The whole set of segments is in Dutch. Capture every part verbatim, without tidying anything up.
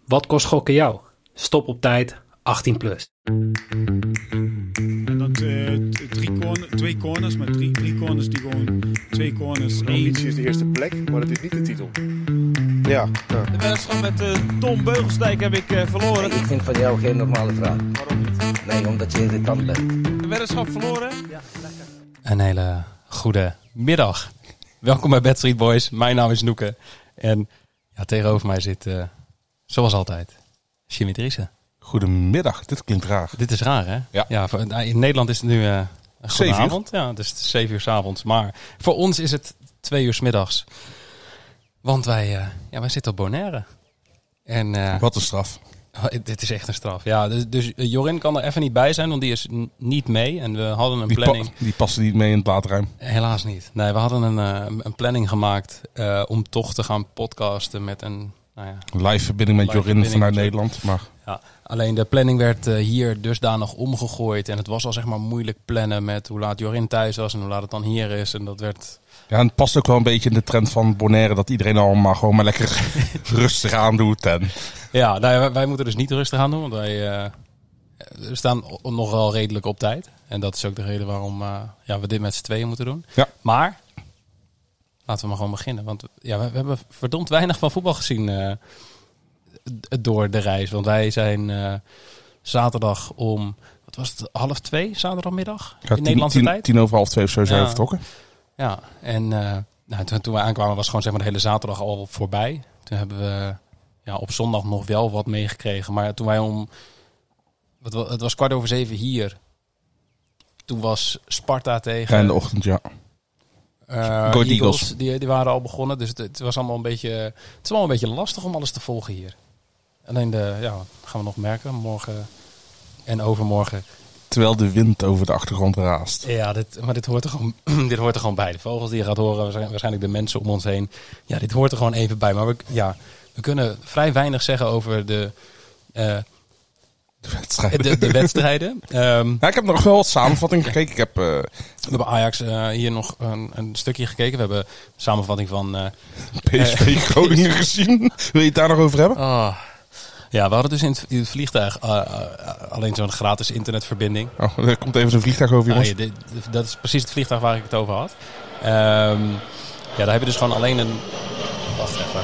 Wat kost gokken jou? Stop op tijd, achttien plus. En dat uh, drie corner, twee corners, maar drie, drie corners die gewoon twee corners. De ambitie is de eerste plek, maar dat is niet de titel. Ja. ja. De wedstrijd met uh, Tom Beugelsdijk heb ik uh, verloren. Nee, ik vind van jou geen normale vraag. Waarom niet? Nee, omdat je irritant bent. De wedstrijd verloren? Ja, lekker. Een hele goede middag. Welkom bij Bad Street Boys. Mijn naam is Noeke. En ja, tegenover mij zit, uh, zoals altijd, Jimmy Driessen. Goedemiddag, dit klinkt raar. Dit is raar, hè? Ja. ja voor, in Nederland is het nu uh, een goede avond. Ja, dus het is zeven uur 's avonds. Maar voor ons is het twee uur 's middags. Want wij, uh, ja, wij zitten op Bonaire. En, uh, Wat een straf. Oh, dit is echt een straf. Ja, dus, dus Jorin kan er even niet bij zijn, want die is n- niet mee. En we hadden een Die, planning. pa- die paste niet mee in het waterruim. Helaas niet. Nee, we hadden een, uh, een planning gemaakt uh, om toch te gaan podcasten met een... Nou ja, Live verbinding met Live Jorin verbinding vanuit met Nederland. Maar ja, alleen de planning werd uh, hier dusdanig omgegooid. En het was al zeg maar moeilijk plannen met hoe laat Jorin thuis was en hoe laat het dan hier is. En dat werd... ja, en het past ook wel een beetje in de trend van Bonaire dat iedereen allemaal gewoon maar lekker rustig aandoet. En Ja, nou, wij, wij moeten dus niet rustig aan doen, want wij uh, we staan o- nog wel redelijk op tijd. En dat is ook de reden waarom uh, ja, we dit met z'n tweeën moeten doen. Ja. Maar laten we maar gewoon beginnen. Want ja, we, we hebben verdomd weinig van voetbal gezien uh, d- door de reis. Want wij zijn uh, zaterdag om, wat was het, half twee, zaterdagmiddag ja, in tien, Nederlandse tien, tijd. tien over half twee of zo zijn we Ja. vertrokken. Ja, en uh, nou, toen, toen we aankwamen was gewoon zeg maar de hele zaterdag al voorbij. Toen hebben we ja, op zondag nog wel wat meegekregen. Maar toen wij om, wat, wa- het was kwart over zeven hier. Toen was Sparta tegen... Ja, in de ochtend, ja. Uh, Go Eagles, Eagles. Die, die waren al begonnen. Dus het, het was allemaal een beetje, het is allemaal een beetje lastig om alles te volgen hier. Alleen de, ja, gaan we nog merken. Morgen en overmorgen. Terwijl de wind over de achtergrond raast. Ja, dit, maar dit hoort, er gewoon, dit hoort er gewoon bij. De vogels die je gaat horen, waarschijnlijk de mensen om ons heen. Ja, dit hoort er gewoon even bij. Maar we, ja, we kunnen vrij weinig zeggen over de, uh, De wedstrijd. de, de wedstrijden. Um, Ja, ik heb nog wel wat samenvatting gekeken. Ik heb uh, we hebben Ajax uh, hier nog een, een stukje gekeken. We hebben de samenvatting van... Uh, P S V Groningen gezien. Wil je het daar nog over hebben? oh, ja, we hadden dus in het, in het vliegtuig uh, uh, alleen zo'n gratis internetverbinding. Oh, er komt even een vliegtuig over, Ah, jongens. ja, dit, dat is precies het vliegtuig waar ik het over had. Um, ja, daar heb je dus gewoon alleen een... Wacht even.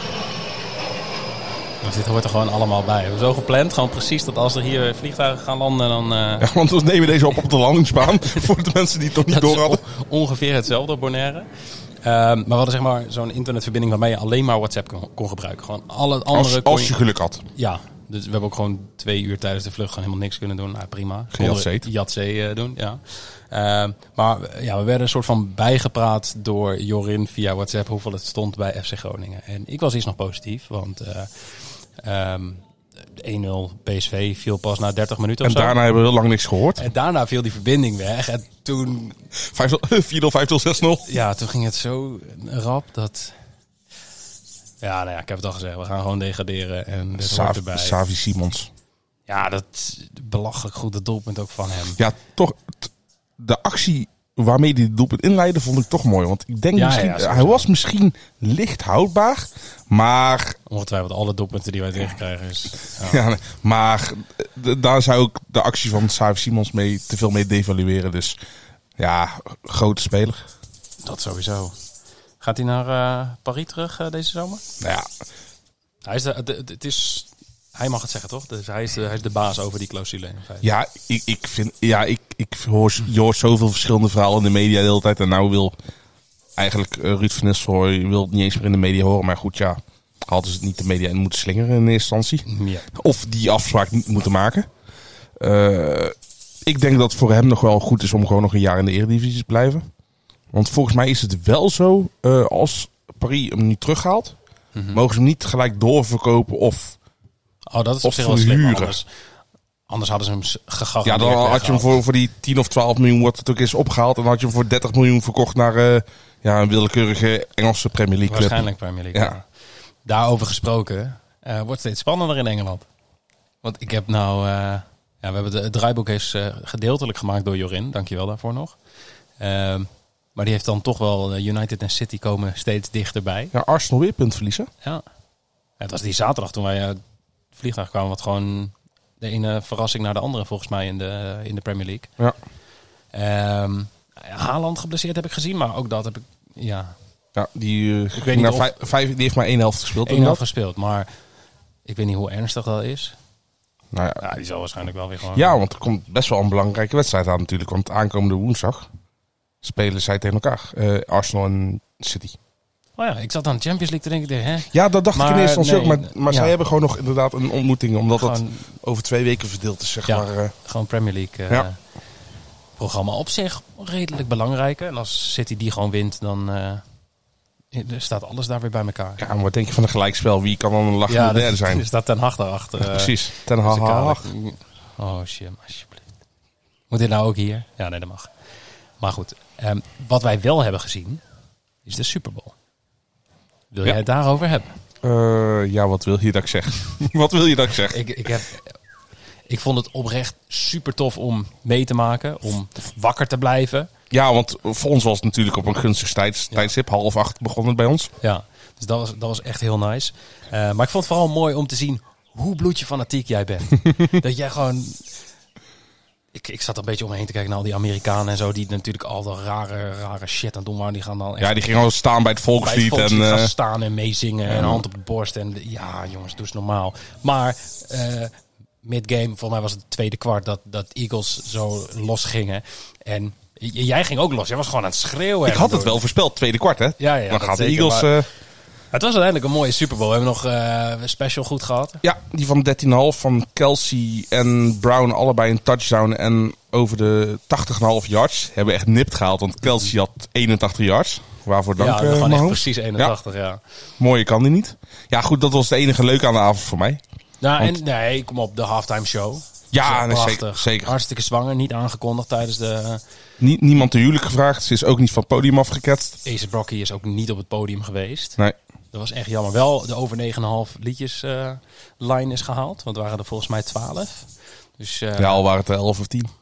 Dus dit hoort er gewoon allemaal bij. We hebben zo gepland, gewoon precies dat als er hier vliegtuigen gaan landen, dan... Uh, Ja, want we nemen deze op op de landingsbaan. Voor de mensen die het nog niet dat door is hadden. on- ongeveer hetzelfde op Bonaire. Um, maar we hadden zeg maar zo'n internetverbinding waarmee je alleen maar WhatsApp kon, kon gebruiken. Gewoon alle andere... Als, kon als je geluk had. Ja, dus we hebben ook gewoon twee uur tijdens de vlucht gewoon helemaal niks kunnen doen. Nou, prima. Gejatseed. Jatzee uh, doen, ja. Uh, maar ja, we werden een soort van bijgepraat door Jorin via WhatsApp hoeveel het stond bij F C Groningen. En ik was eerst nog positief, want uh, um, één nul P S V viel pas na dertig minuten En of zo. daarna hebben we heel lang niks gehoord. En daarna viel die verbinding weg. En toen, vier nul, vijf nul, zes nul. ja, toen ging het zo rap dat... Ja, nou ja, ik heb het al gezegd. We gaan gewoon degraderen en dit hoort erbij. Savi Simons. Ja, dat is belachelijk goed. Het doelpunt ook van hem. Ja, toch. t- De actie waarmee hij het doelpunt inleidde vond ik toch mooi. Want ik denk Ja, misschien... ja, sowieso. hij was misschien licht houdbaar. Maar... Ongetwijfeld alle doelpunten die wij tegenkrijgen is... Ja. Ja, nee, maar d- daar zou ik de actie van Savi Simons mee, te veel mee devalueren. Dus ja, grote speler. Dat sowieso. Gaat hij naar uh, Paris terug uh, deze zomer? Nou ja, Hij, is de, de, de- het is, hij mag het zeggen, toch? Dus hij is de, hij is de baas over die clausule. In feite. ja ik, ik vind... Ja, ik, ik hoor, je hoort zoveel verschillende verhalen in de media de hele tijd. En nou wil eigenlijk uh, Ruud van Nistelrooy wil het niet eens meer in de media horen. Maar goed, ja, hadden ze het niet de media in moeten slingeren in eerste instantie. Ja. Of die afspraak niet moeten maken. Uh, ik denk dat het voor hem nog wel goed is om gewoon nog een jaar in de Eredivisie te blijven. Want volgens mij is het wel zo, uh, als Paris hem niet terughaalt, Mm-hmm. mogen ze hem niet gelijk doorverkopen of... Oh, dat is op Of zich wel slim. verhuren. Anders, anders hadden ze hem s- Ja, gegarandeerd dan had je hem weggehaald. voor, voor die tien of twaalf miljoen wat het ook is opgehaald. En dan had je hem voor dertig miljoen verkocht naar uh, ja, een willekeurige Engelse Premier League club. Waarschijnlijk Premier League. Ja. Ja. Daarover gesproken, uh, wordt het steeds spannender in Engeland. Want ik heb nou... Uh, ja, we hebben de, het draaiboek is uh, gedeeltelijk gemaakt door Jorin. Dankjewel daarvoor nog. Uh, maar die heeft dan toch wel... Uh, United en City komen steeds dichterbij. Ja, Arsenal weer punt verliezen. Ja. Het was die zaterdag toen wij uh, vliegtuig kwamen. Wat gewoon de ene verrassing naar de andere volgens mij in de, in de Premier League. Ja. Um, Haaland geblesseerd heb ik gezien, maar ook dat heb ik... Ja, Ja, die, uh, ik weet niet naar of... vijf, vijf, die heeft maar één helft gespeeld. één helft inderdaad. gespeeld, maar ik weet niet hoe ernstig dat is. Nou ja, Ja, die zal waarschijnlijk wel weer gewoon... ja, want er komt best wel een belangrijke wedstrijd aan natuurlijk. Want aankomende woensdag spelen zij tegen elkaar. Uh, Arsenal en City. Oh ja, ik zat aan de Champions League te denken, hè? Ja, dat dacht Maar, ik in eerste instantie nee, ook. Maar, maar ja. zij hebben gewoon nog inderdaad een ontmoeting. Omdat het Gewoon, over twee weken verdeeld is, zeg Ja. maar. Uh, gewoon Premier League uh, Ja. programma. Op zich redelijk belangrijk. En als City die gewoon wint, dan uh, er staat alles daar weer bij elkaar. ja, maar wat denk je van een gelijkspel? Wie kan dan een lachende dat- derde zijn? Er staat Ten Hag daarachter. Uh, Precies. Ten dus ik Hag. haal- Oh shit, alsjeblieft. Moet dit nou ook hier? Ja, nee, dat mag. Maar goed, um, wat wij wel hebben gezien, is de Super Bowl. Wil Ja. jij het daarover hebben? Uh, ja, wat wil je dat ik zeg? Wat wil je dat ik zeg? Ik, ik, heb, ik vond het oprecht super tof om mee te maken, om wakker te blijven. Ja, want voor ons was het natuurlijk op een gunstig tijds, Ja. tijdstip. Half acht begon het bij ons. Ja, dus dat was, dat was echt heel nice. Uh, maar ik vond het vooral mooi om te zien hoe bloedje fanatiek jij bent. Dat jij gewoon... Ik, ik zat een beetje om me heen te kijken naar al die Amerikanen en zo, die natuurlijk al dat rare, rare shit aan het doen waren. Die gaan dan echt Ja, die gingen al staan bij het bij het volkslied. volkslied En, gaan uh, staan en meezingen en een hand op de borst. En ja, jongens, doe eens normaal. Maar uh, mid-game, volgens mij was het het tweede kwart, dat, dat Eagles zo los gingen. En j- jij ging ook los. Jij was gewoon aan het schreeuwen. ik had het wel voorspeld, tweede kwart, hè? Ja, ja, Dan dat gaat de zeker, Eagles... maar- uh, Het was uiteindelijk een mooie Super Bowl. We hebben nog uh, een special goed gehad. ja, die van dertien komma vijf van Kelsey en Brown allebei een touchdown. En over de tachtig komma vijf yards hebben we echt nipt gehaald. Want Kelsey had eenentachtig yards. Waarvoor dank, ja, uh, gewoon echt Mahomes. precies eenentachtig, ja. ja. Mooier kan die niet. Ja, goed, dat was het enige leuke aan de avond voor mij. Nou, Want- en nee, kom op, de halftime show. Ja, Dat nee, is zeker, prachtig. zeker. Hartstikke zwanger, niet aangekondigd tijdens de... Nie- niemand te huwelijk gevraagd. Ze is ook niet van het podium afgeketst. Ace Brocky is ook niet op het podium geweest. Nee. Dat was echt jammer. Wel de over negen komma vijf liedjes uh, line is gehaald. Want er waren er volgens mij twaalf. Dus uh, Ja, al waren het er elf of tien.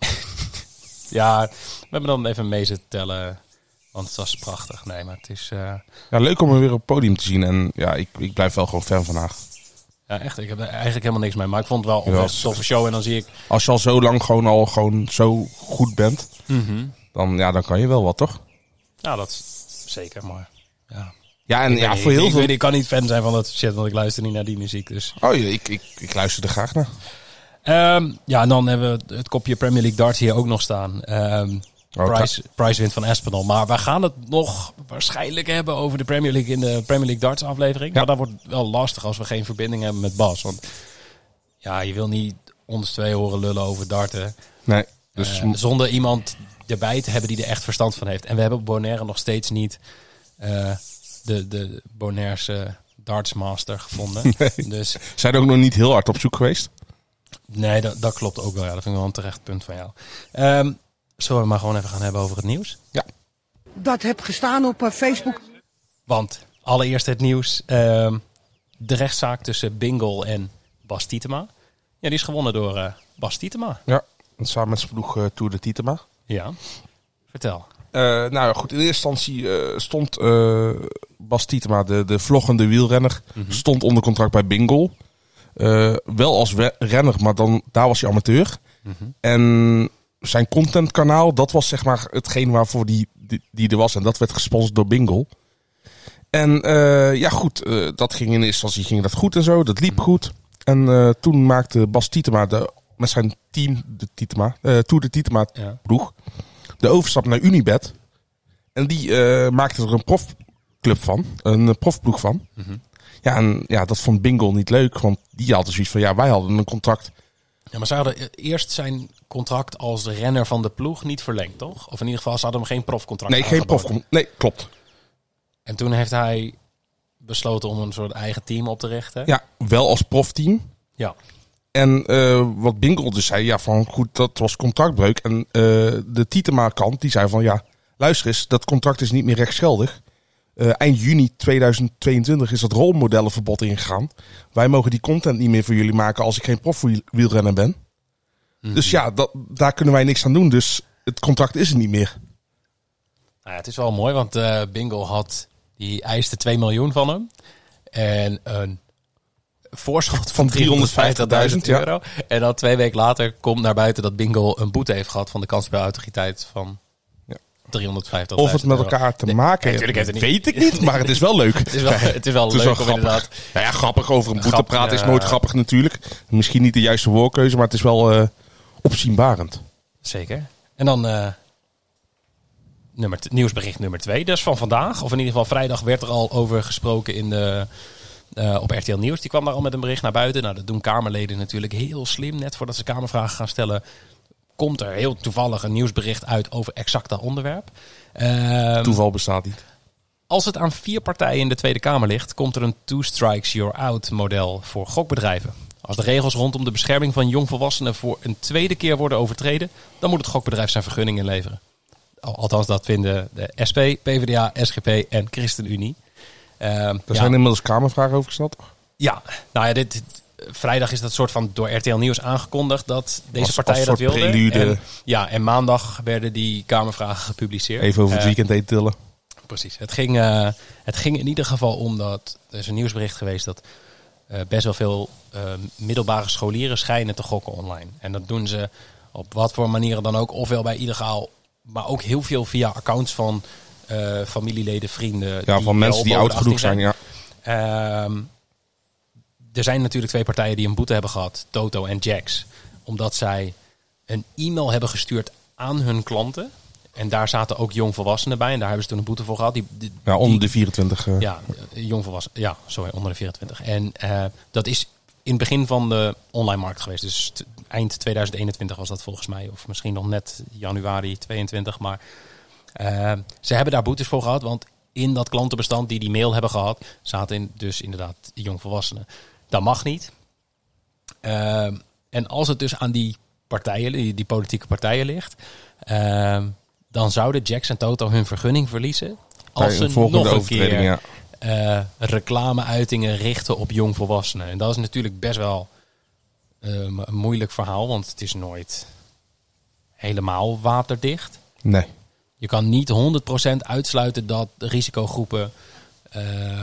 ja, we hebben dan even mee zitten tellen. Want het was prachtig. Nee, maar het is... Uh, Ja, leuk om hem weer op het podium te zien. En ja, ik, ik blijf wel gewoon fan van haar. ja, echt. Ik heb er eigenlijk helemaal niks mee. Maar ik vond het wel Ja, een toffe show. En dan zie ik... Als je al zo lang gewoon al gewoon zo goed bent, dan, ja, dan kan je wel wat, toch? Ja, dat zeker. Maar ja... Ja, en Ik ja, weet voor niet, heel ik, veel... weet, ik kan niet fan zijn van dat shit, want ik luister niet naar die muziek. Dus. Oh ja, ik, ik, ik luister er graag naar. Um, ja, en dan hebben we het kopje Premier League darts hier ook nog staan. Um, Oh, Price, Price wint van Espinal. Maar we gaan het nog waarschijnlijk hebben over de Premier League in de Premier League darts aflevering. Ja. Maar dat wordt wel lastig als we geen verbinding hebben met Bas. Want ja, je wil niet ons twee horen lullen over darten. Nee, dus Uh, zonder iemand erbij te hebben die er echt verstand van heeft. En we hebben op Bonaire nog steeds niet uh, de, de Bonairese dartsmaster gevonden. Nee. Dus zijn er ook nog niet heel hard op zoek geweest. nee, dat, dat klopt ook wel. Ja, dat vind ik wel een terecht punt van jou. Um, zullen we maar gewoon even gaan hebben over het nieuws? Dat heb gestaan op uh, Facebook. Want allereerst het nieuws. Um, de rechtszaak tussen Bingle en Bas Tietema. Ja, die is gewonnen door uh, Bas Tietema. Ja, en samen met zijn ploeg uh, Tour de Tietema. Ja, vertel. Uh, nou ja, goed, in eerste instantie uh, stond uh, Bas Tietema, de, de vloggende wielrenner, Mm-hmm. stond onder contract bij Bingle. Uh, wel als we- renner, maar dan, daar was hij amateur. Mm-hmm. En zijn contentkanaal, dat was zeg maar hetgeen waarvoor die, die, die er was. En dat werd gesponsord door Bingle. En uh, ja goed, uh, dat ging in eerste instantie ging dat goed en zo. Dat liep goed. En uh, toen maakte Bas Tietema de, met zijn team, de Tietema, uh, Tour de Tietema Ja. ploeg, de overstap naar Unibet. En die uh, maakte er een profclub van, een uh, profploeg van. Mm-hmm. Ja, en ja, dat vond Bingle niet leuk, want die had dus zoiets van, ja, wij hadden een contract. Ja, maar ze hadden eerst zijn contract als renner van de ploeg niet verlengd, toch? Of in ieder geval, ze hadden hem geen profcontract Nee, geen aangeboden. profcontract. Nee, klopt. En toen heeft hij besloten om een soort eigen team op te richten. Ja, wel als profteam. Ja. En uh, wat Bingle dus zei, ja, van goed, dat was contractbreuk. En uh, de Tietema-kant, die zei van, ja, luister eens, dat contract is niet meer rechtsgeldig. Uh, eind juni tweeduizend tweeëntwintig is dat rolmodellenverbod ingegaan. Wij mogen die content niet meer voor jullie maken als ik geen profwielrenner ben. Mm-hmm. Dus ja, dat, daar kunnen wij niks aan doen. Dus het contract is er niet meer. Nou ja, het is wel mooi, want uh, Bingle had, die eiste twee miljoen van hem. En een voorschot Van driehonderdvijftigduizend euro. En dan twee weken later komt naar buiten dat Bingo een boete heeft gehad van de kansspelautoriteit van Ja. driehonderdvijftigduizend Of het met elkaar te maken nee, heeft, heeft het niet. weet ik niet. Maar het is wel leuk. Het is wel, het is wel Het is leuk wel om grappig. inderdaad... Nou ja, grappig over een boete Grap, praten is ja. nooit grappig natuurlijk. Misschien niet de juiste woordkeuze, maar het is wel uh, opzienbarend. Zeker. En dan uh, nummer t- nieuwsbericht nummer twee. Dat is van vandaag. Of in ieder geval vrijdag werd er al over gesproken in de, uh, op R T L Nieuws. Die kwam daar al met een bericht naar buiten. Nou, dat doen Kamerleden natuurlijk heel slim. Net voordat ze Kamervragen gaan stellen, komt er heel toevallig een nieuwsbericht uit over exact dat onderwerp. Uh, Toeval bestaat niet. Als het aan vier partijen in de Tweede Kamer ligt, komt er een two strikes you're out model voor gokbedrijven. Als de regels rondom de bescherming van jongvolwassenen voor een tweede keer worden overtreden, dan moet het gokbedrijf zijn vergunning inleveren. Althans, dat vinden de S P, P v d A, S G P en ChristenUnie. Uh, Er ja, zijn inmiddels Kamervragen over gesteld. ja, nou ja, dit, dit- vrijdag is dat soort van door R T L Nieuws aangekondigd dat deze Als- partijen als dat soort wilden. prelude. En, ja, en maandag werden die Kamervragen gepubliceerd. Even over het Uh, weekend heen tillen. Precies. Het ging, uh, het ging in ieder geval om dat... Er is een nieuwsbericht geweest dat uh, best wel veel uh, middelbare scholieren schijnen te gokken online. En dat doen ze op wat voor manieren dan ook. Ofwel bij illegaal, maar ook heel veel via accounts van uh, familieleden, vrienden. Ja, van wel mensen die boven oud de genoeg achttien zijn. Ja. Ehm, er zijn natuurlijk twee partijen die een boete hebben gehad. Toto en Jax. Omdat zij een e-mail hebben gestuurd aan hun klanten. En daar zaten ook jongvolwassenen bij. En daar hebben ze toen een boete voor gehad. Die, die, Ja, onder die- de vierentwintig. Uh, ja, jongvolwassenen. Ja, sorry, onder de vierentwintig. En uh, dat is in het begin van de online markt geweest. Dus t- eind tweeduizend eenentwintig was dat volgens mij. Of misschien nog net januari tweeëntwintig. Maar uh, ze hebben daar boetes voor gehad. Want in dat klantenbestand die die mail hebben gehad, zaten in, dus inderdaad jongvolwassenen. Dat mag niet. Uh, en als het dus aan die partijen, die, die politieke partijen ligt, uh, dan zouden Jax en Toto hun vergunning verliezen als Bij ze een volgende nog een overtreding, keer ja. uh, reclameuitingen richten op jongvolwassenen. En dat is natuurlijk best wel uh, een moeilijk verhaal, want het is nooit helemaal waterdicht. Nee. Je kan niet honderd procent uitsluiten dat de risicogroepen uh,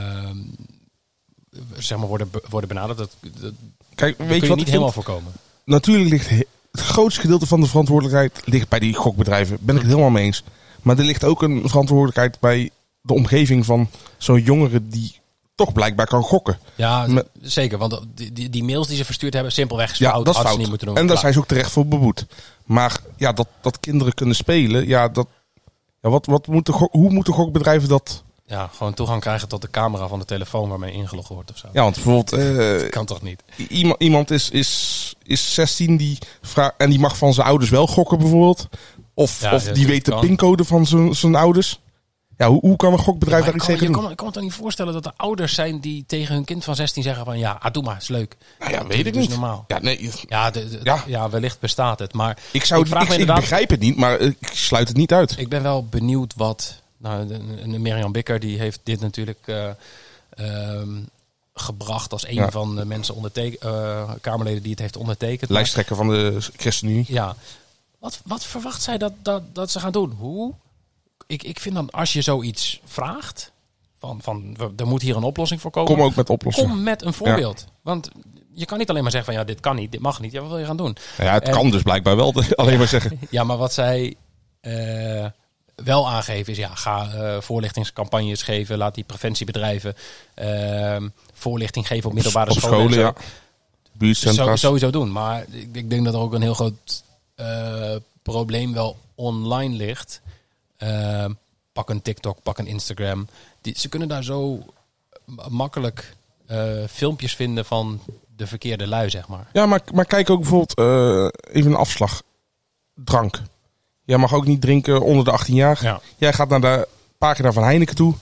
zeg maar worden, be- worden benaderd. Dat, dat Kijk, kun weet je je wat niet ik helemaal vind? voorkomen. Natuurlijk ligt he- het grootste gedeelte van de verantwoordelijkheid ligt bij die gokbedrijven. Ben ik het helemaal mee eens. Maar er ligt ook een verantwoordelijkheid bij de omgeving van zo'n jongere die toch blijkbaar kan gokken. Ja, Me- zeker. Want die, die, die mails die ze verstuurd hebben, simpelweg is Ja, fout. dat is Hadden ze fout. niet moeten doen. En daar Klaar. zijn ze ook terecht voor beboet. Maar ja, dat, dat kinderen kunnen spelen, ja, dat, ja wat, wat moet de gok, hoe moeten gokbedrijven dat... Ja, gewoon toegang krijgen tot de camera van de telefoon waarmee ingelogd wordt of zo. Ja, want bijvoorbeeld eh, Kan toch niet? iemand, iemand is, is, is zestien die vraagt, en die mag van zijn ouders wel gokken bijvoorbeeld. Of, Ja, of ja, die dat weet de kan. pincode van zijn, zijn ouders. Ja, hoe, hoe kan een gokbedrijf Ja, daar maar iets ik kan, tegen je, doen? kan, ik kan me toch niet voorstellen dat er ouders zijn die tegen hun kind van zestien zeggen van ja, ah, doe maar, is leuk. Nou ja, Dat weet ik is niet. normaal. Ja, nee, Ja, de, de- Ja. ja. wellicht bestaat het. Maar ik, zou, ik ik, vraag ik, me ik inderdaad- begrijp het niet, maar ik sluit het niet uit. ik ben wel benieuwd wat... Nou, de, de Mirjam Bikker die heeft dit natuurlijk uh, ehm, gebracht als een Ja. van de mensen onderteken, uh, Kamerleden die het heeft ondertekend. Maar- Lijsttrekker van de ChristenUnie. Ja. Wat, wat verwacht zij dat, dat, dat ze gaan doen? Hoe? Ik, ik vind dan, als je zoiets vraagt, van, van we- er moet hier een oplossing voor komen. Kom ook met oplossingen. Kom met een voorbeeld. Want je kan niet alleen maar zeggen van ja, dit kan niet, dit mag niet. Ja, wat wil je gaan doen? Ja, het En- kan dus blijkbaar wel, alleen maar zeggen. Ja, maar wat zij eh, wel aangeven is ja, ga eh, voorlichtingscampagnes geven. Laat die preventiebedrijven eh, voorlichting geven op middelbare Op scholen. en scholen, zo. ja. Buurtcentra. Zo, sowieso doen. Maar ik, ik denk dat er ook een heel groot uh, probleem wel online ligt. Uh, pak een TikTok, pak een Instagram. Die, ze kunnen daar zo makkelijk uh, filmpjes vinden van de verkeerde lui, zeg maar. Ja, maar, maar kijk ook bijvoorbeeld uh, even een afslag. Drank. Jij mag ook niet drinken onder de achttien jaar. Ja. Jij gaat naar de pagina van Heineken toe.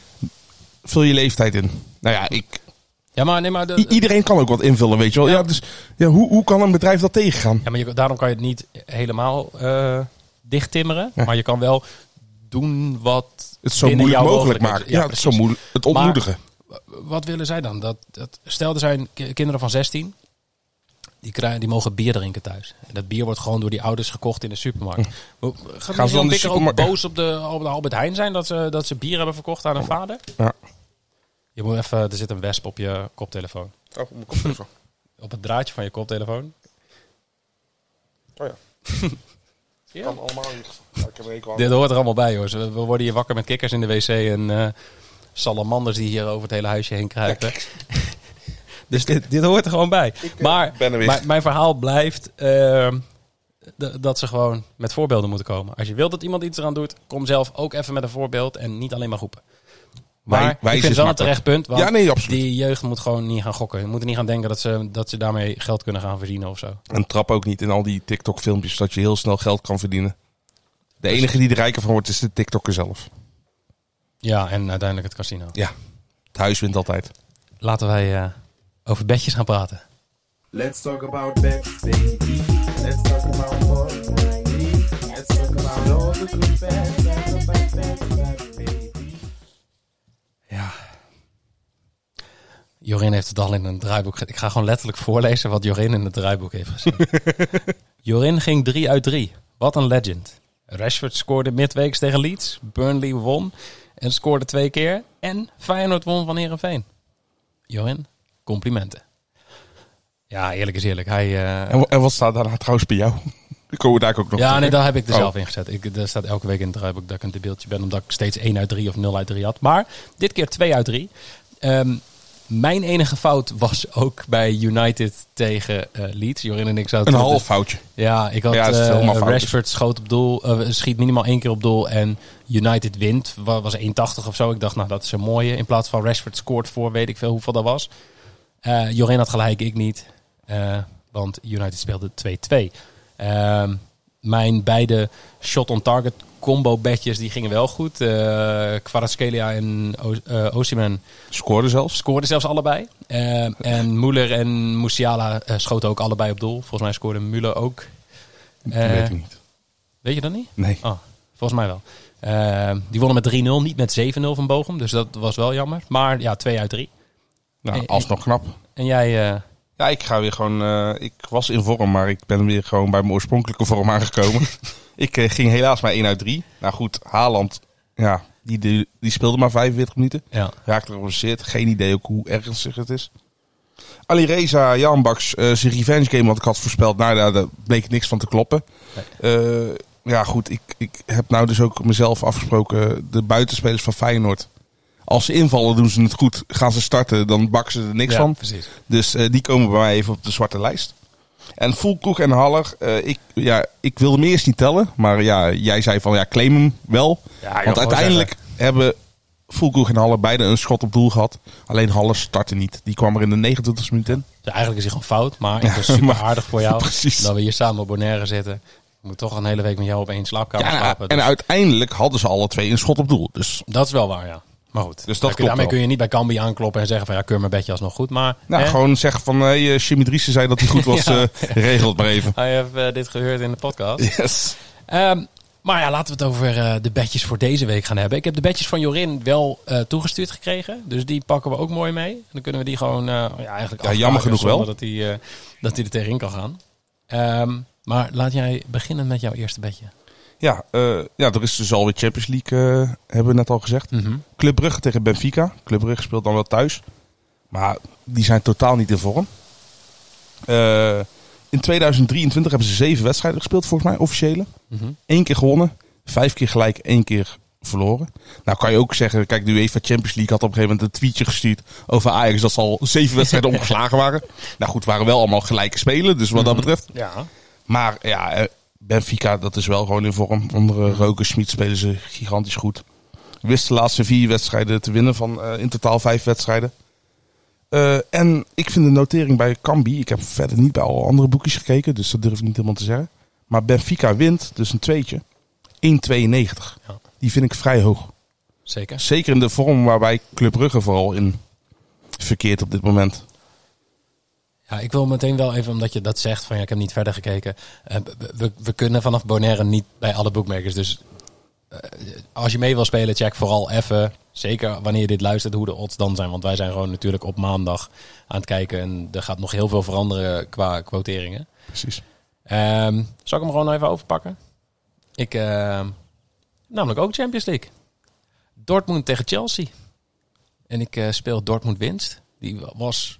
Vul je leeftijd in. Nou ja, ik, Ja, maar, nee, maar, de, i- iedereen kan ook wat invullen, weet je wel. Ja. Ja. dus ja, hoe, hoe kan een bedrijf dat tegengaan? ja, maar je, daarom kan je het niet helemaal uh, dicht timmeren. Ja. Maar je kan wel doen wat Het zo binnen moeilijk jouw mogelijk mogelijkheden- maken. Ja, het, is zo precies. moeilijk, het ontmoedigen. Wat willen zij dan? Dat, dat, stel, er zijn ki- kinderen van zestien. Die, krijgen, die mogen bier drinken thuis. En dat bier wordt gewoon door die ouders gekocht in de supermarkt. Hm. Gaat Gaan ze dan de Bikker ook supermarkt- boos op de, op de Albert Heijn zijn dat ze, dat ze bier hebben verkocht aan hun vader? Ja. Je moet even, er zit een wesp op je koptelefoon. Oh, mijn koptelefoon. Op het draadje van je koptelefoon. Oh ja. Ja. Kan allemaal niet. Ja, ik heb er een Dit hoort er allemaal bij, jongens. We, we worden hier wakker met kikkers in de wc en uh, salamanders die hier over het hele huisje heen kruipen. Ja, dus dit, dit hoort er gewoon bij. Ik, uh, maar ben er weer. mijn, mijn verhaal blijft uh, d- dat ze gewoon met voorbeelden moeten komen. Als je wilt dat iemand iets eraan doet, kom zelf ook even met een voorbeeld en niet alleen maar roepen. Maar Wij, wij ik vind het wel een terecht punt, want ja, nee, absoluut. die jeugd moet gewoon niet gaan gokken. Je moet niet gaan denken dat ze, dat ze daarmee geld kunnen gaan verdienen of zo. En trap ook niet in al die TikTok-filmpjes dat je heel snel geld kan verdienen. De enige die er rijker van wordt is de TikToker zelf. Ja, en uiteindelijk het casino. Ja, het huis wint altijd. Laten wij uh, over bedjes gaan praten. Let's talk about beds, baby. Let's talk about more, baby. Let's talk about all the good beds, and the bad beds, baby. Ja. Jorin heeft het al in een draaiboek. Ik ga gewoon letterlijk voorlezen wat Jorin in het draaiboek heeft gezien. Jorin ging drie uit drie. Wat een legend. Rashford scoorde midweeks tegen Leeds. Burnley won en scoorde twee keer. En Feyenoord won van Heerenveen. Jorin, complimenten. Ja, eerlijk is eerlijk. Hij, uh... en, en wat staat daarna trouwens bij jou? Ik kom daar ook nog Ja, terug. nee, daar heb ik er Oh. zelf in gezet. Ik, er staat elke week in het draaiboek dat ik een debeeltje ben. Omdat ik steeds één uit drie of nul uit drie had. Maar dit keer twee uit drie. Um, mijn enige fout was ook bij United tegen uh, Leeds. Jorin en ik zouden... Een half foutje. Ja, ik had Ja, het is uh, helemaal fout. Rashford schoot op doel, uh, schiet minimaal één keer op doel en United wint. Wa- was één tachtig of zo. Ik dacht, nou dat is een mooie. In plaats van Rashford scoort voor weet ik veel hoeveel dat was. Uh, Jorin had gelijk, ik niet. Uh, want United speelde twee-twee. Uh, mijn beide shot-on-target combo bedjes die gingen wel goed. Uh, Kvaratskhelia en o- uh, Osimhen Scoorde zelfs. scoorden zelfs allebei. Uh, en Müller en Musiala uh, schoten ook allebei op doel. Volgens mij scoorde Müller ook. Dat Uh, weet ik niet. Weet je dat niet? Nee. Oh, volgens mij wel. Uh, die wonnen met drie nul, niet met zeven nul van Bochum. Dus dat was wel jammer. Maar ja, twee uit drie. Nou, en- alsnog knap. En jij... Uh, Ja, ik ga weer gewoon... Uh, ik was in vorm, maar ik ben weer gewoon bij mijn oorspronkelijke vorm aangekomen. ik uh, ging helaas maar één uit drie. Nou goed, Haaland, ja, die, die, die speelde maar vijfenveertig minuten. ja. Raakte er geblesseerd. Geen idee ook hoe ernstig het is. Alireza Janbaks, uh, zijn revenge game wat ik had voorspeld. Nou, daar, daar bleek niks van te kloppen. Uh, ja goed, ik, ik heb nou dus ook mezelf afgesproken. De buitenspelers van Feyenoord. Als ze invallen doen ze het goed. Gaan ze starten, dan bakken ze er niks ja, van. precies. Dus uh, die komen bij mij even op de zwarte lijst. En Füllkrug en Haller, uh, ik, ja, ik wilde hem eerst niet tellen. Maar ja, jij zei van ja, claim hem wel. Ja, joh, Want gewoon uiteindelijk zeggen. hebben Füllkrug en Haller beide een schot op doel gehad. Alleen Haller startte niet. Die kwam er in de negenentwintigste minuut in. Dus eigenlijk is hij gewoon fout. Maar Ja, het is super maar- aardig voor jou Precies. dat we hier samen op Bonaire zitten. Ik moet toch een hele week met jou op één slaapkamer Ja, slapen. en Dus uiteindelijk hadden ze alle twee een schot op doel. Dus dat is wel waar, ja. Maar goed, Dus dat Daar kun- klopt daarmee wel. kun je niet bij Cambi aankloppen en zeggen van ja, keur mijn bedje alsnog goed. Maar nou, hè, gewoon zeggen van hey, uh, Jimmy Driessen zei dat hij goed was. Ja. uh, regel het maar even. I have uh, dit gehoord in de podcast. Yes. Um, maar ja, laten we het over uh, de bedjes voor deze week gaan hebben. Ik heb de bedjes van Jorin wel uh, toegestuurd gekregen. Dus die pakken we ook mooi mee. En dan kunnen we die gewoon uh, ja, eigenlijk Ja, jammer afmaken genoeg wel. zonder dat hij uh, dat hij er tegenin kan gaan. Um, maar laat jij beginnen met jouw eerste bedje. Ja, uh, ja, er is dus alweer Champions League, uh, hebben we net al gezegd. Mm-hmm. Club Brugge tegen Benfica. Club Brugge speelt dan wel thuis. Maar die zijn totaal niet in vorm. Uh, in tweeduizend drieëntwintig hebben ze zeven wedstrijden gespeeld, volgens mij, officiële. Mm-hmm. Eén keer gewonnen, vijf keer gelijk, één keer verloren. Nou kan je ook zeggen, kijk, de UEFA Champions League had op een gegeven moment een tweetje gestuurd over Ajax dat ze al zeven wedstrijden ongeslagen waren. Nou goed, waren wel allemaal gelijke spelen, dus wat dat betreft. Ja. Maar ja, eh, Benfica, dat is wel gewoon in vorm. Onder uh, Roker Schmid spelen ze gigantisch goed. Wist de laatste vier wedstrijden te winnen van uh, in totaal vijf wedstrijden. Uh, en ik vind de notering bij Cambi, ik heb verder niet bij alle andere boekjes gekeken, dus dat durf ik niet helemaal te zeggen. Maar Benfica wint, dus een tweetje, één komma tweeënnegentig. Ja. Die vind ik vrij hoog. Zeker. Zeker in de vorm waarbij Club Brugge vooral in verkeert op dit moment. Ja, ik wil meteen wel even, omdat je dat zegt, van ja, ik heb niet verder gekeken. Uh, we, we kunnen vanaf Bonaire niet bij alle bookmakers. Dus uh, als je mee wil spelen, check vooral even, zeker wanneer je dit luistert, hoe de odds dan zijn. Want wij zijn gewoon natuurlijk op maandag aan het kijken. En er gaat nog heel veel veranderen qua quoteringen. Precies. Um, zal ik hem gewoon even overpakken? Ik, uh, namelijk ook Champions League. Dortmund tegen Chelsea. En ik uh, speel Dortmund winst. Die was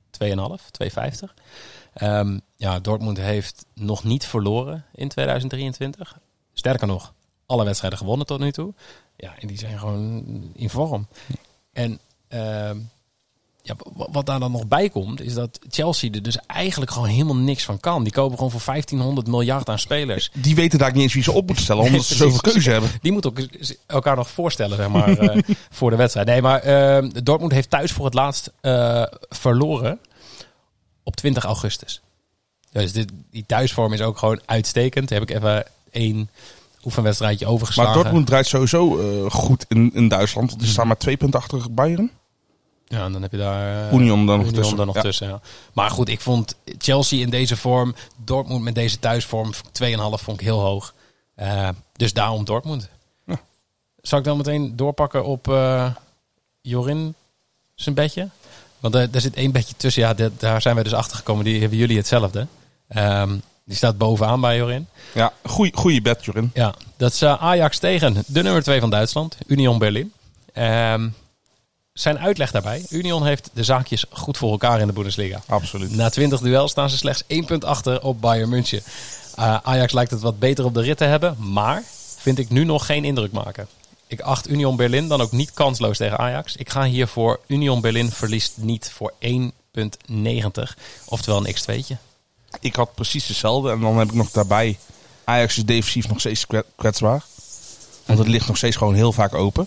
twee komma vijf, twee vijftig. Um, ja, Dortmund heeft nog niet verloren in tweeduizend drieëntwintig. Sterker nog, alle wedstrijden gewonnen tot nu toe. Ja, en die zijn gewoon in vorm. En uh, ja, wat daar dan nog bij komt, is dat Chelsea er dus eigenlijk gewoon helemaal niks van kan. Die kopen gewoon voor vijftienhonderd miljard aan spelers. Die weten daar niet eens wie ze op moeten stellen, omdat ze zoveel keuze hebben. Die moeten ook elkaar nog voorstellen, zeg maar, uh, voor de wedstrijd. Nee, maar uh, Dortmund heeft thuis voor het laatst uh, verloren op twintig augustus. Dus dit, die thuisvorm is ook gewoon uitstekend. Daar heb ik even één oefenwedstrijdje overgeslagen. Maar Dortmund draait sowieso uh, goed in, in Duitsland. Want die staan maar twee punten achter Bayern. Ja, en dan heb je daar uh, Union dan nog Union tussen. Dan nog Ja. tussen ja. Maar goed, ik vond Chelsea in deze vorm, Dortmund met deze thuisvorm, twee komma vijf vond ik heel hoog. Uh, dus daarom Dortmund. Ja. Zal ik dan meteen doorpakken op uh, Jorin zijn bedje? Want uh, er zit één bedje tussen. Ja, de, daar zijn wij dus achter gekomen. Die hebben jullie hetzelfde. Um, die staat bovenaan bij Jorin. Ja, goeie, goeie bet, Jorin. Ja, dat is uh, Ajax tegen de nummer twee van Duitsland, Union Berlin. Um, zijn uitleg daarbij. Union heeft de zaakjes goed voor elkaar in de Bundesliga. Absoluut. Na twintig duels staan ze slechts één punt achter op Bayern München. Uh, Ajax lijkt het wat beter op de rit te hebben, maar vind ik nu nog geen indruk maken. Ik acht Union Berlin dan ook niet kansloos tegen Ajax. Ik ga hier voor Union Berlin verliest niet voor één komma negentig. Oftewel een x twee'tje. Ik had precies hetzelfde. En dan heb ik nog daarbij... Ajax is defensief nog steeds kwe- kwetsbaar. Want het ligt nog steeds gewoon heel vaak open.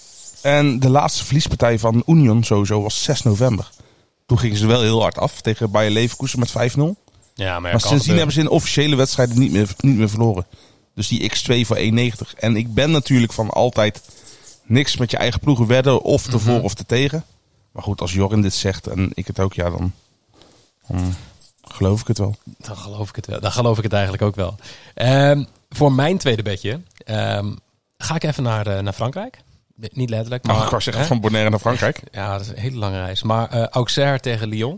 En de laatste verliespartij van Union sowieso was zes november. Toen gingen ze wel heel hard af tegen Bayer Leverkusen met vijf nul. Ja, maar Maar sindsdien hebben ze in officiële wedstrijden niet meer, niet meer verloren. Dus die x twee voor één komma negentig. En ik ben natuurlijk van altijd niks met je eigen ploegen wedden. Of te voor of te tegen. Maar goed, als Jorin dit zegt en ik het ook, ja, dan, dan geloof ik het wel. Dan geloof ik het wel. Dan geloof ik het eigenlijk ook wel. Um, voor mijn tweede bedje um, ga ik even naar, uh, naar Frankrijk. Niet letterlijk. Maar Maar, ik wou zeggen, hè? van Bonaire naar Frankrijk. Ja, dat is een hele lange reis. Maar uh, Auxerre tegen Lyon.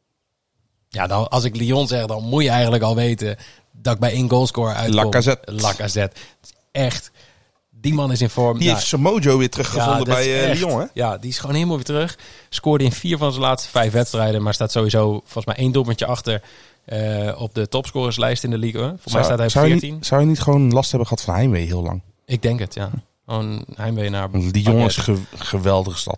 Ja, dan, als ik Lyon zeg, dan moet je eigenlijk al weten dat ik bij één goalscorer uitkom. Lacazette. Lacazette. Het is echt... Die man is in vorm. Die Ja, heeft zijn mojo weer teruggevonden ja, dat bij is uh, echt- Lyon, hè? Ja, die is gewoon helemaal weer terug. Scoorde in vier van zijn laatste vijf wedstrijden. Maar staat sowieso volgens mij één doelpuntje achter uh, op de topscorerslijst in de Ligue. Volgens mij staat hij op zou, je veertien. niet, zou je niet gewoon last hebben gehad van heimwee heel lang? Ik denk het, ja. Gewoon heimwee naar... Want Lyon is Baguette. een ge- geweldige stad.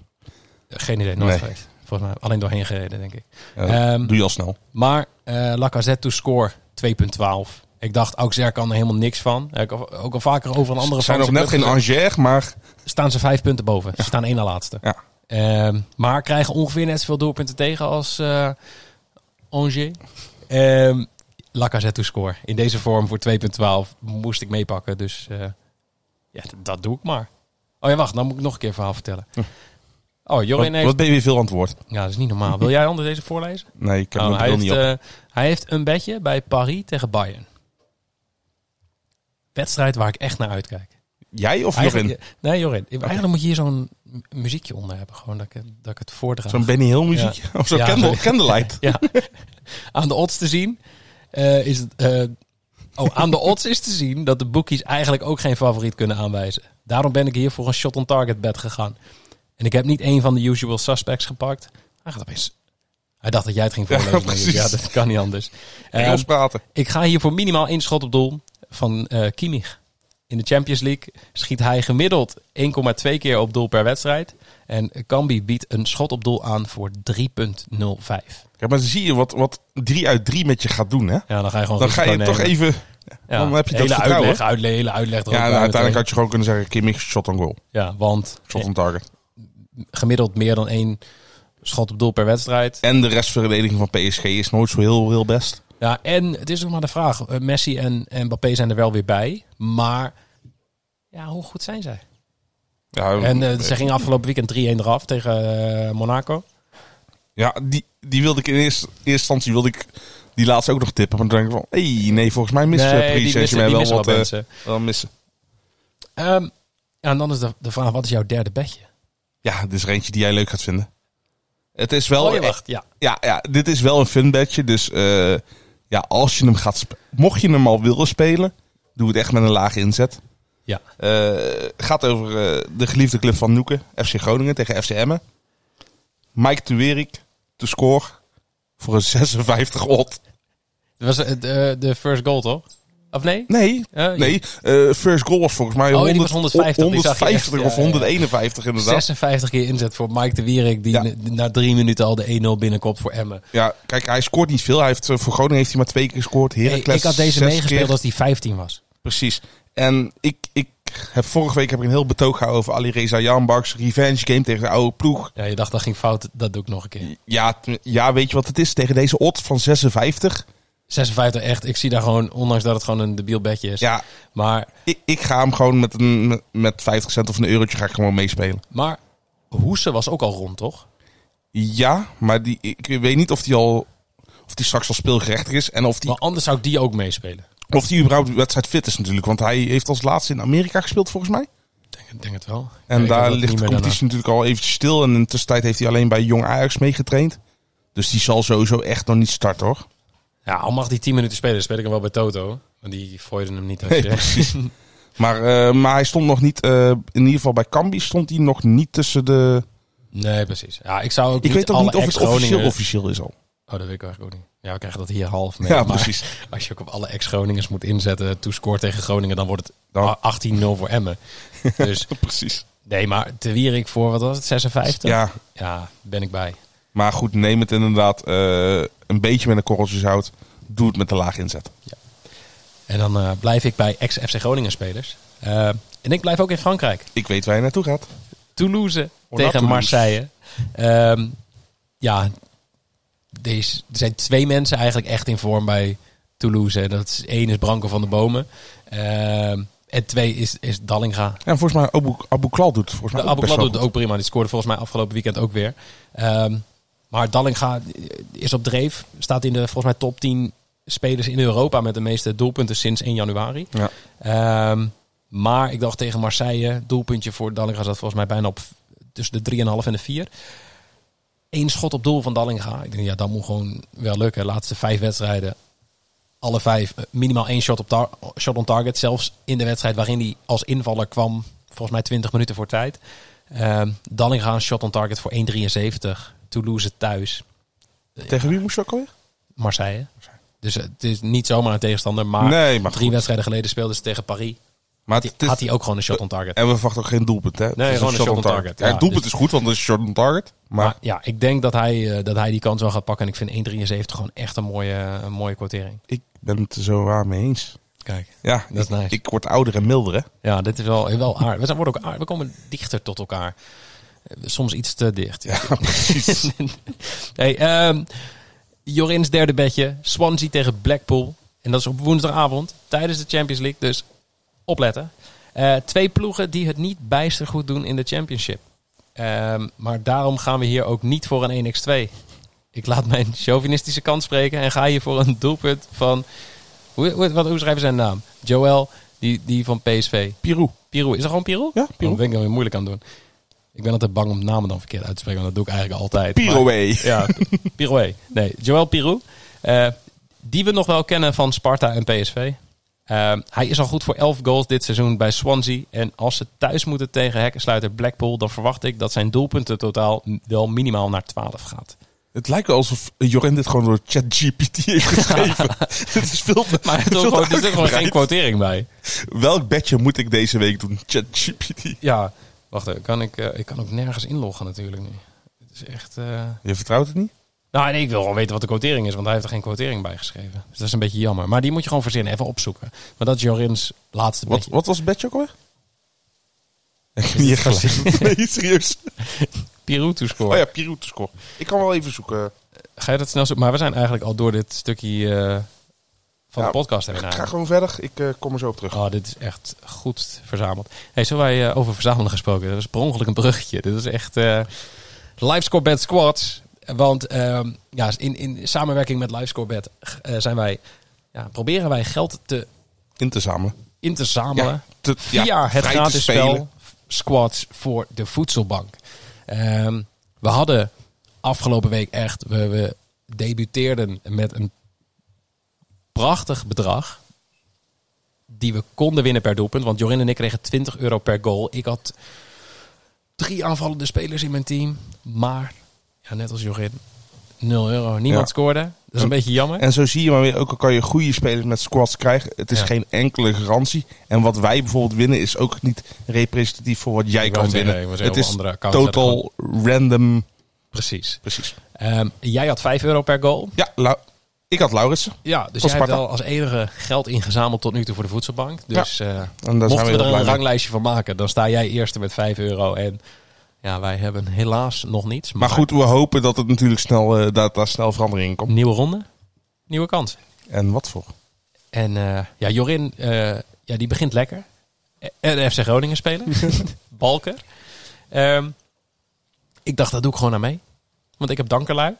Geen idee, nooit Nee. geweest. Volgens mij alleen doorheen gereden, denk ik. Ja, Ehm, doe je al snel. Maar uh, Lacazette to score twee komma twaalf. Ik dacht, Auxerre kan er helemaal niks van. Heb ik al- ook al vaker over een andere Ze zijn nog Franse net club geen gezegd. Angers, maar Staan ze vijf punten boven. Ze staan één na laatste. ja. Ehm, maar krijgen ongeveer net zoveel doelpunten tegen als uh, Angers. Ehm Lacazette to score. In deze vorm voor twee komma twaalf moest ik meepakken. Dus uh, ja, d- dat doe ik maar. Oh ja, wacht. Dan moet ik nog een keer een verhaal vertellen. Oh, Jorin Wat, heeft... wat ben je weer veel aan het woord? Ja, dat is niet normaal. Wil jij anders deze voorlezen? Nee, ik heb Oh, mijn hij, bril heeft, niet op. uh, hij heeft een bedje bij Paris tegen Bayern. Wedstrijd waar ik echt naar uitkijk. Jij of Eigenlijk, Jorin? nee, Jorin. Eigenlijk moet je hier zo'n mu- muziekje onder hebben. Gewoon dat ik, het- dat ik het voordraag. Zo'n Benny Hill muziekje? Of zo'n Ja, candle, zo- Candlelight? Ja. Aan de odds te zien uh, is het... Uh, oh, aan de odds is te zien dat de bookies eigenlijk ook geen favoriet kunnen aanwijzen. Daarom ben ik hier voor een shot on target bet gegaan. En ik heb niet één van de usual suspects gepakt. Hij gaat opeens... Hij dacht dat jij het ging Ja, voorlezen. maar precies. ja, dat kan niet anders. Engels Um, praten. ik ga hier voor minimaal één schot op doel van uh, Kimmich. In de Champions League schiet hij gemiddeld één komma twee keer op doel per wedstrijd. En Cambi biedt een schot op doel aan voor drie komma nul vijf. Ja, maar dan zie je wat, wat drie uit drie met je gaat doen, hè? Ja, dan ga je gewoon Dan ga je risico toch nemen. even... Ja, dan heb je dat hele vertrouwen. uitleg, uitleg, hele uitleg er ook Ja, en bij uiteindelijk meteen. had je gewoon kunnen zeggen... Kimmich, shot on goal. Ja, want Shot on target. gemiddeld meer dan één schot op doel per wedstrijd. En de restverdediging van P S G is nooit zo heel, heel best. Ja, en het is ook maar de vraag. Uh, Messi en, en Mbappé zijn er wel weer bij. Maar ja, hoe goed zijn zij? Ja, En uh, ze gingen afgelopen weekend drie-één eraf tegen uh, Monaco. ja die, die wilde ik in eerste, eerste instantie wilde ik die laatste ook nog tippen. Maar dan denk ik van, hé, hey, nee, volgens mij mist Nee, nee, die Paris missen- Saint-Germain die wel missen wat wel uh, mensen. wel missen. Um, ja, en dan is de, de vraag, wat is jouw derde bedje? Ja, dit is er eentje die jij leuk gaat vinden. Het is wel... Oh, je wacht, ja. Ja, ja, dit is wel een fun bedje. Dus uh, ja, als je hem gaat sp- mocht je hem al willen spelen, doe het echt met een lage inzet. Ja. Uh, gaat over uh, de geliefde club van Noeke, F C Groningen tegen F C Emmen. Mike Tuwerik te score voor een zesenvijftig odd. Dat was uh, de, de first goal, toch? Of nee? Nee, Uh, nee. Uh, first goal was volgens mij Oh, die honderd, was honderdvijftig. Die zag je echt, honderdvijftig of ja, ja. honderdeenenvijftig inderdaad. zesenvijftig keer inzet voor Mike de Wierik, die Ja. n- na drie minuten al de één nul binnenkomt voor Emmen. Ja, kijk, hij scoort niet veel. Hij heeft, uh, voor Groningen heeft hij maar twee keer gescoord. Hey, Heracles ik had deze zes meegespeeld keer. als die vijftien was. Precies. En ik, ik heb vorige week heb ik een heel betoog gehouden over Ali Reza Janbaks. Revenge game tegen de oude ploeg. Ja, je dacht dat ging fout, dat doe ik nog een keer. Ja, t- ja, weet je wat het is? Tegen deze odd van zesenvijftig. zesenvijftig echt, ik zie daar gewoon, ondanks dat het gewoon een debiel bedje is. Ja, Maar, ik, ik ga hem gewoon met, een, met, met vijftig cent of een eurotje ga ik gewoon meespelen. maar Hoese was ook al rond, toch? Ja, maar die, ik weet niet of die al of die straks al speelgerechtig is en of die, Maar anders zou ik die ook meespelen. of die überhaupt wedstrijd fit is natuurlijk. Want hij heeft als laatste in Amerika gespeeld volgens mij. Ik denk, denk het wel. En Ja, ik heb daar dat ligt niet de meer competitie natuurlijk al eventjes stil. En in de tussentijd heeft hij alleen bij Jong Ajax meegetraind. Dus die zal sowieso echt nog niet starten hoor. daarna. Ja, al mag die tien minuten spelen, dan speel ik hem wel bij Toto. Want die fooiden hem niet als Nee, je... precies. Maar, uh, maar hij stond nog niet, uh, in ieder geval bij Cambi stond hij nog niet tussen de... Nee, precies. Ja, ik zou ook Ik niet weet ook alle niet of het ex-Groningen- officieel officieel is al. Oh, dat weet ik eigenlijk ook niet. Ja, we krijgen dat hier half mee. Ja, maar precies. als je ook op alle ex-Groningers moet inzetten, toescoort tegen Groningen, dan wordt het Dan- a- achttien nul voor Emmen. Dus Precies. nee, maar te Wierik voor, wat was het, zesenvijftig? Ja, Ja, ben ik bij. maar goed, neem het inderdaad uh, een beetje met een korreltje zout. Doe het met een laag inzet. En dan uh, blijf ik bij ex-F C Groningen spelers. Uh, en ik blijf ook in Frankrijk. Ik weet waar je naartoe gaat. Toulouse Oh, tegen Toulouse. Marseille. Um, ja, deze, er zijn twee mensen eigenlijk echt in vorm bij Toulouse. En dat is één is Branko van de Bomen. Um, en twee is, is Dallinga. Ja, volgens mij Abu, Abu Klal doet het volgens mij De ook Abu best Klal wel doet het ook prima. Die scoorde volgens mij afgelopen weekend ook weer. Um, maar Dallinga is op dreef. Staat in de volgens mij top tien spelers in Europa met de meeste doelpunten sinds één januari. Ja. Um, maar ik dacht tegen Marseille, doelpuntje voor Dallinga zat volgens mij bijna op tussen de drie komma vijf en de vier. Eén schot op doel van Dallinga. Ik denk, ja, dat moet gewoon wel lukken. De laatste vijf wedstrijden, alle vijf, minimaal één shot, op tar- shot on target. Zelfs in de wedstrijd waarin hij als invaller kwam, volgens mij twintig minuten voor tijd. Um, Dallinga een shot on target voor één komma drieënzeventig. Toulouse thuis. Tegen wie moest je ook alweer? Marseille. Dus het is niet zomaar een tegenstander. Maar, Nee, maar drie goed. wedstrijden geleden speelden ze tegen Paris. Maar Had het hij, is, had hij ook gewoon een shot on target. en we verwachten ook geen doelpunt, hè? Het is gewoon een shot on target. Ja, Ja, het doelpunt dus- is goed, want het is shot on target. Maar, Maar ja, ik denk dat hij, uh, dat hij die kans wel gaat pakken. En ik vind één komma drieënzeventig gewoon echt een mooie, een mooie quotering. ik ben het er zo waar mee eens. Kijk. Ja, Dat is ik, nice. ik word ouder en milder, hè? Ja, dit is wel, wel aardig. We, zijn, worden ook aardig. We komen dichter tot elkaar. Uh, Soms iets te dicht. Ja, precies. hey, um, Jorins derde bedje. Swansea tegen Blackpool. En dat is op woensdagavond tijdens de Champions League. Dus opletten. Uh, twee ploegen die het niet bijster goed doen in de Championship. Um, maar daarom gaan we hier ook niet voor een één tegen twee. Ik laat mijn chauvinistische kant spreken en ga hier voor een doelpunt van... Hoe, hoe, wat, hoe schrijven zijn naam? Joël, die, die van P S V. Pirou. Pirou. Is dat gewoon Pirou? Ja, Oh, Pirou. dat ben ik dan weer moeilijk aan het doen. Ik ben altijd bang om namen dan verkeerd uit te spreken, want dat doe ik eigenlijk altijd. Piroué. Maar- Ja, Piroué. Nee, Joël Pirou. Uh, die we nog wel kennen van Sparta en P S V. Uh, hij is al goed voor elf goals dit seizoen bij Swansea. En als ze thuis moeten tegen hekkensluiter Blackpool, dan verwacht ik dat zijn doelpunten totaal wel minimaal naar twaalf gaat. Het lijkt wel alsof Jorin dit gewoon door ChatGPT heeft geschreven. Het is veel te, Maar er veel is te gewoon, er zit gewoon geen uitgebreid. quotering bij. Welk bedje moet ik deze week doen? ChatGPT. Ja, wacht even. Kan ik, uh, ik kan ook nergens inloggen natuurlijk nu. Het is echt... Uh... Je vertrouwt het niet? Nou, nee, ik wil gewoon weten wat de quotering is, want hij heeft er geen quotering bij geschreven. Dus dat is een beetje jammer. Maar die moet je gewoon verzinnen, even opzoeken. Maar dat is Jorins laatste Wat, beetje. wat was het bedje ook alweer? Ik heb niet echt gelezen. Nee, serieus. Pirou to score. Oh ja, Pirou te score. Ik kan wel even zoeken. Ga je dat snel zoeken? Maar we zijn eigenlijk al door dit stukje uh, van Ja, de podcast heen. Ik ga eigenlijk. gewoon verder. Ik uh, kom er zo op terug. Oh, dit is echt goed verzameld. Hey, zo wij uh, over verzamelen gesproken. Dat is per ongeluk een bruggetje. Dit is echt uh, LiveScoreBet Squads. Want uh, ja, in, in samenwerking met LiveScoreBet uh, zijn wij, ja, proberen wij geld te, In te zamelen. in te zamelen Ja, te- via ja, het vrij te gratis spel spelen. Squads voor de voedselbank. Um, we hadden afgelopen week echt, we, we debuteerden met een prachtig bedrag die we konden winnen per doelpunt. Want Jorin en ik kregen twintig euro per goal. Ik had drie aanvallende spelers in mijn team. Maar, ja, net als Jorin, nul euro. Niemand Ja. scoorde. Dat is een En- beetje jammer. En zo zie je maar weer, ook al kan je goede spelers met squads krijgen, het is Ja. geen enkele garantie. En wat wij bijvoorbeeld winnen is ook niet representatief voor wat jij Ik kan wou zeggen, winnen. ik wou Het zeggen, is andere accounts total random. Precies. Precies. Ehm, jij had vijf euro per goal. Ja, Lau- ik had Lauritsen. Ja, dus Van jij hebt Sparta. wel als enige geld ingezameld tot nu toe voor de voedselbank. Dus eh, En daar mochten zijn we we er heel een blij mee. ranglijstje van maken, dan sta jij eerste met vijf euro. En ja, wij hebben helaas nog niets. Maar goed, we hopen dat het natuurlijk snel, uh, dat daar snel verandering in komt. Nieuwe ronde, nieuwe kansen. En wat voor? En uh, ja, Jorin, uh, ja, die begint lekker. En de F C Groningen spelen. Balken. Um, ik dacht, dat doe ik gewoon aan mee. Want ik heb dankerlui.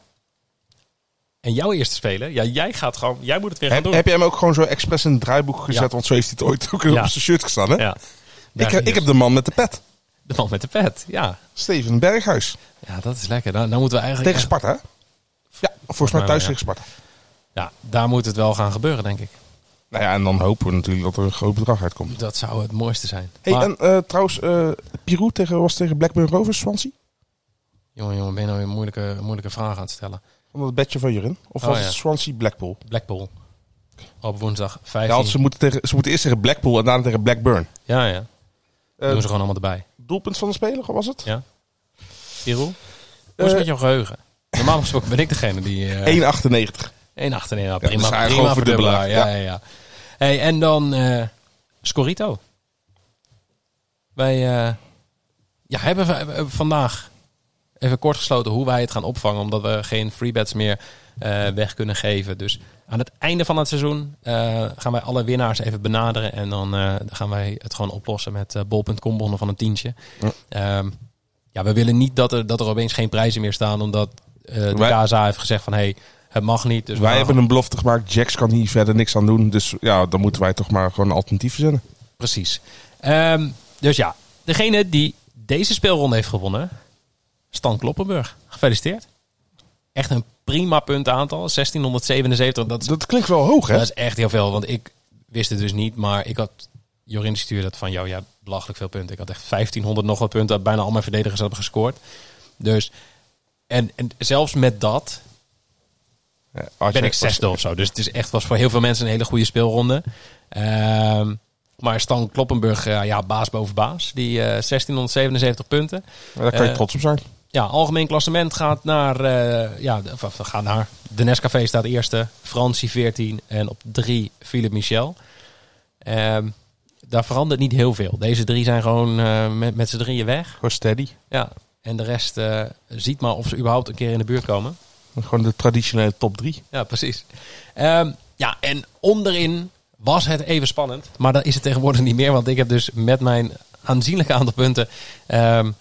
En jouw eerste spelen, ja, jij gaat gewoon, jij moet het weer gaan Heb, doen. heb je hem ook gewoon zo expres in het draaiboek gezet? Ja. Want zo heeft hij het ooit ook Ja. op zijn shirt gestaan, hè? Ja. Ik, Daar heb, is ik heb de man met de pet. de man met de pet, ja. Steven Berghuis. Ja, dat is lekker. Dan, dan moeten we eigenlijk... Tegen Sparta, hè? Ja, volgens mij mij thuis wel, tegen Sparta. Ja, daar moet het wel gaan gebeuren, denk ik. Nou ja, en dan hopen we natuurlijk dat er een groot bedrag uitkomt. Dat zou het mooiste zijn. Hey, Maar, en uh, trouwens, uh, Pirou tegen, was tegen Blackburn Rovers, Swansea? jongen, jongen, ben je nou weer moeilijke, moeilijke vragen aan het stellen? Van dat bedje van Jurin? Of Oh, was ja. het Swansea Blackpool? Blackpool. Op woensdag Ja, vijftien. want ze moeten, tegen, ze moeten eerst tegen Blackpool en daarna tegen Blackburn. Ja, ja. Uh, Doen ze gewoon allemaal erbij. doelpunt van de speler, was het? Ja. Pirou? Hoe is Uh, het met jouw geheugen? Normaal gesproken ben ik degene die... Uh, één achtennegentig. één achter ja, Ja, prima, dus hij prima gewoon verdubbelaar. verdubbelaar, Ja, ja, ja. Hey, en dan uh, Scorito. Wij uh, ja, hebben, we hebben vandaag even kort gesloten hoe wij het gaan opvangen. Omdat we geen freebets meer uh, weg kunnen geven. Dus aan het einde van het seizoen uh, gaan wij alle winnaars even benaderen. En dan uh, gaan wij het gewoon oplossen met uh, bol punt com bonnen van een tientje. Ja. Um, ja, we willen niet dat er, dat er opeens geen prijzen meer staan. Omdat uh, de Wij- K S A heeft gezegd van... Hey, het mag niet. Dus we Wij gaan hebben een belofte gemaakt. Jax kan hier verder niks aan doen. Dus ja, dan moeten wij toch maar gewoon een alternatief verzinnen. Precies. Um, dus ja, degene die deze speelronde heeft gewonnen, Stan Kloppenburg. Gefeliciteerd. Echt een prima puntaantal. zestienhonderdzevenenzeventig. Dat is, Dat klinkt wel hoog, hè? dat is echt heel veel. Want ik wist het dus niet. Maar ik had... Jorin stuurde dat van, jou, ja, belachelijk veel punten. Ik had echt vijftienhonderd nog wat punten. Bijna al mijn verdedigers hebben gescoord. Dus, en, en zelfs met dat... Ja, als ben je- ik zesde of zo. Dus het is echt, was voor heel veel mensen een hele goede speelronde. Um, maar Stan Kloppenburg, uh, ja, baas boven baas. Die uh, zestienhonderdzevenenzeventig punten. Daar kan je Uh, trots op zijn. Ja, algemeen klassement gaat naar... Uh, ja, of, of, gaat naar... De Nescafé staat eerste. Francie veertien. En op drie Philip Michel. Um, daar verandert niet heel veel. Deze drie zijn gewoon uh, met, met z'n drieën weg. Gewoon steady. Ja. En de rest uh, ziet maar of ze überhaupt een keer in de buurt komen. Gewoon de traditionele top drie. Ja, precies. Um, ja, en onderin was het even spannend. Maar dat is het tegenwoordig niet meer. Want ik heb dus met mijn aanzienlijke aantal punten... Um,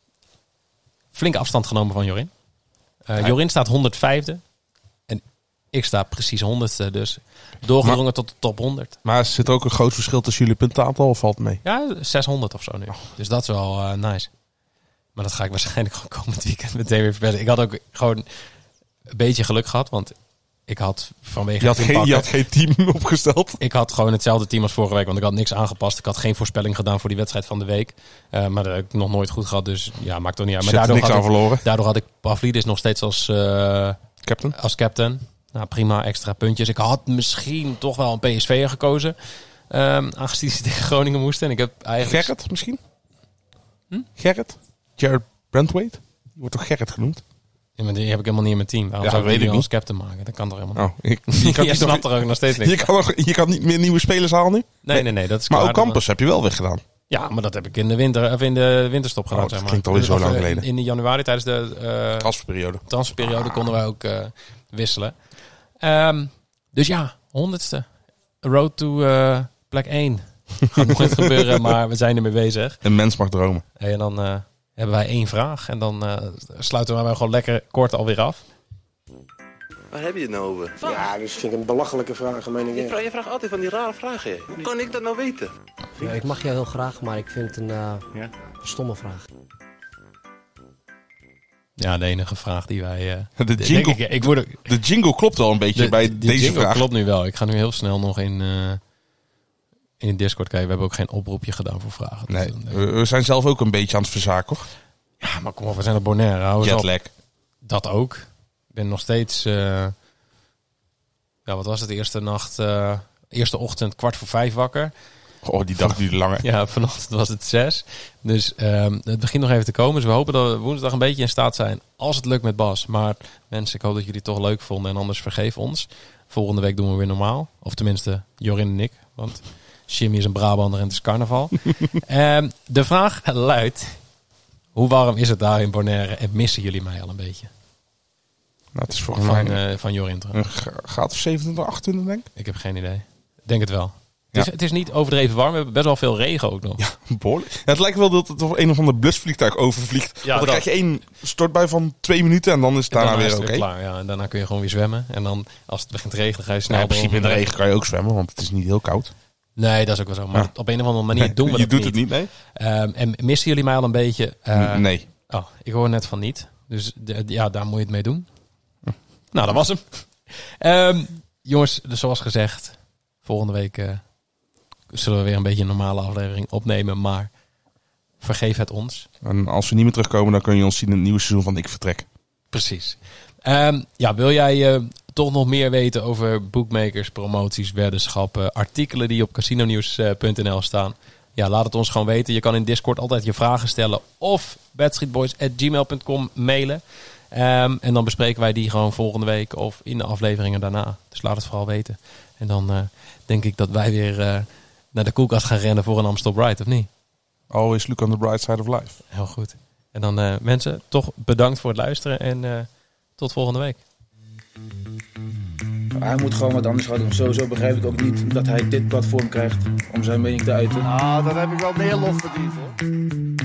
flinke afstand genomen van Jorin. Uh, Ja. Jorin staat honderdvijfde. En ik sta precies honderdste. Dus doorgedrongen Maar- tot de top honderd. Maar zit er ook een groot verschil tussen jullie puntaantal of valt het mee? Ja, zeshonderd of zo nu. Dus dat is wel uh, nice. Maar dat ga ik waarschijnlijk gewoon komend weekend meteen weer verbeteren. Ik had ook gewoon een beetje geluk gehad. Want ik had vanwege Je had, het geen, je inpakken- had geen team opgesteld. Ik had gewoon hetzelfde team als vorige week, want ik had niks aangepast. Ik had geen voorspelling gedaan voor die wedstrijd van de week. Uh, maar dat heb ik nog nooit goed gehad, dus ja, maakt toch niet uit. Maar Zit er daardoor niks had, aan ik, verloren. daardoor had ik Pavlidis nog steeds als, uh, Captain. als captain. Nou, prima, extra puntjes. Ik had misschien toch wel een P S V'er gekozen, um, aangezien ze tegen Groningen moesten. En ik heb eigenlijk... Gerrit misschien? Hm? Gerrit? Jared Brandwaite? Die wordt toch Gerrit genoemd? Ja, maar die heb ik helemaal niet in mijn team. Waarom Ja, zou ik weet die ik als captain maken? Dat kan toch helemaal niet? Oh, ik, je, Je, kan je niet snapt nog, er ook nog steeds niks je, kan nog, je kan niet meer nieuwe spelers halen nu? Nee, nee, nee, dat is Maar klaar. ook Campus heb je wel weggedaan. Ja, maar dat heb ik in de winter of in de winterstop gedaan. Oh, dat zeg maar. klinkt alweer zo Of, lang uh, geleden. In de januari tijdens de uh, Transferperiode. transferperiode konden wij ook uh, wisselen. Um, dus ja, honderdste. Road to uh, plek één. Gaat nooit gebeuren, maar we zijn ermee bezig. Een mens mag dromen. En dan uh, hebben wij één vraag. En dan uh, sluiten we maar gewoon lekker kort alweer af. Waar heb je het nou over? Ja, dus vind ik een belachelijke vraag. Meen ik. Je, vraagt, je vraagt altijd van die rare vragen. Hoe kan ik dat nou weten? Ja, ik mag jou heel graag, maar ik vind het een uh, Ja? stomme vraag. Ja, de enige vraag die wij... Uh, De jingle, ik, ik word, de jingle klopt wel een beetje de, bij de deze jingle vraag. klopt nu wel. Ik ga nu heel snel nog in, uh, in Discord kijken. We hebben ook geen oproepje gedaan voor vragen. Dus Nee, dan- we, we zijn zelf ook een beetje aan het verzaken, hoor. Ja, maar kom op, we zijn op Bonaire. Hou eens op. Jetlag. Dat ook. ben nog steeds... Uh, ja, wat was het? Eerste nacht... Uh, eerste ochtend kwart voor vijf wakker. Oh, die dag duurde langer. Ja, vanochtend was het zes. Dus um, het begint nog even te komen. Dus we hopen dat we woensdag een beetje in staat zijn. Als het lukt met Bas. Maar mensen, ik hoop dat jullie het toch leuk vonden. En anders vergeef ons. Volgende week doen we weer normaal. Of tenminste, Jorin en ik. Want Jimmy is een Brabander en het is carnaval. um, de vraag luidt... Hoe warm is het daar in Bonaire? En missen jullie mij al een beetje? Nou, het is volgens van, mij... Uh, van Jorin. Een graad of zevenentwintig, achtentwintig denk ik? Ik heb geen idee. Denk het wel. Ja. Het, is, het is niet overdreven warm. We hebben best wel veel regen ook nog. Ja, behoorlijk. Ja, het lijkt wel dat het een of ander blusvliegtuig overvliegt. Ja, Want dan dat. krijg je één stortbui van twee minuten en dan is het daarna, daarna weer oké. Okay. klaar, ja. En daarna kun je gewoon weer zwemmen. En dan als het begint te regenen ga je snel... Ja, in principe in de regen kan je ook zwemmen, want het is niet heel koud. Nee, dat is ook wel zo. Maar ja. op een of andere manier nee, doen we je dat doet niet. het niet, nee? Um, en missen jullie mij al een beetje? Uh, nee. Oh, ik hoor net van niet. Dus de, ja, daar moet je het mee doen. Hm. Nou, dat was hem. um, jongens, dus zoals gezegd, volgende week... Uh, zullen we weer een beetje een normale aflevering opnemen. Maar vergeef het ons. En als we niet meer terugkomen, dan kun je ons zien in het nieuwe seizoen van Ik Vertrek. Precies. Um, ja, wil jij uh, toch nog meer weten over bookmakers, promoties, weddenschappen, artikelen die op casinonews punt n l staan? Ja, laat het ons gewoon weten. Je kan in Discord altijd je vragen stellen of bedstreetboys at gmail punt com mailen. Um, en dan bespreken wij die gewoon volgende week of in de afleveringen daarna. Dus laat het vooral weten. En dan uh, denk ik dat wij weer... Uh, naar de koelkast gaan rennen voor een Amstel Bright, of niet? Always look on the bright side of life. Heel goed. En dan uh, mensen, toch bedankt voor het luisteren en uh, tot volgende week. Hij moet gewoon wat anders gaan doen. Sowieso begrijp ik ook niet dat hij dit platform krijgt om zijn mening te uiten. Ah, dan heb ik wel meer lof verdiend, hoor.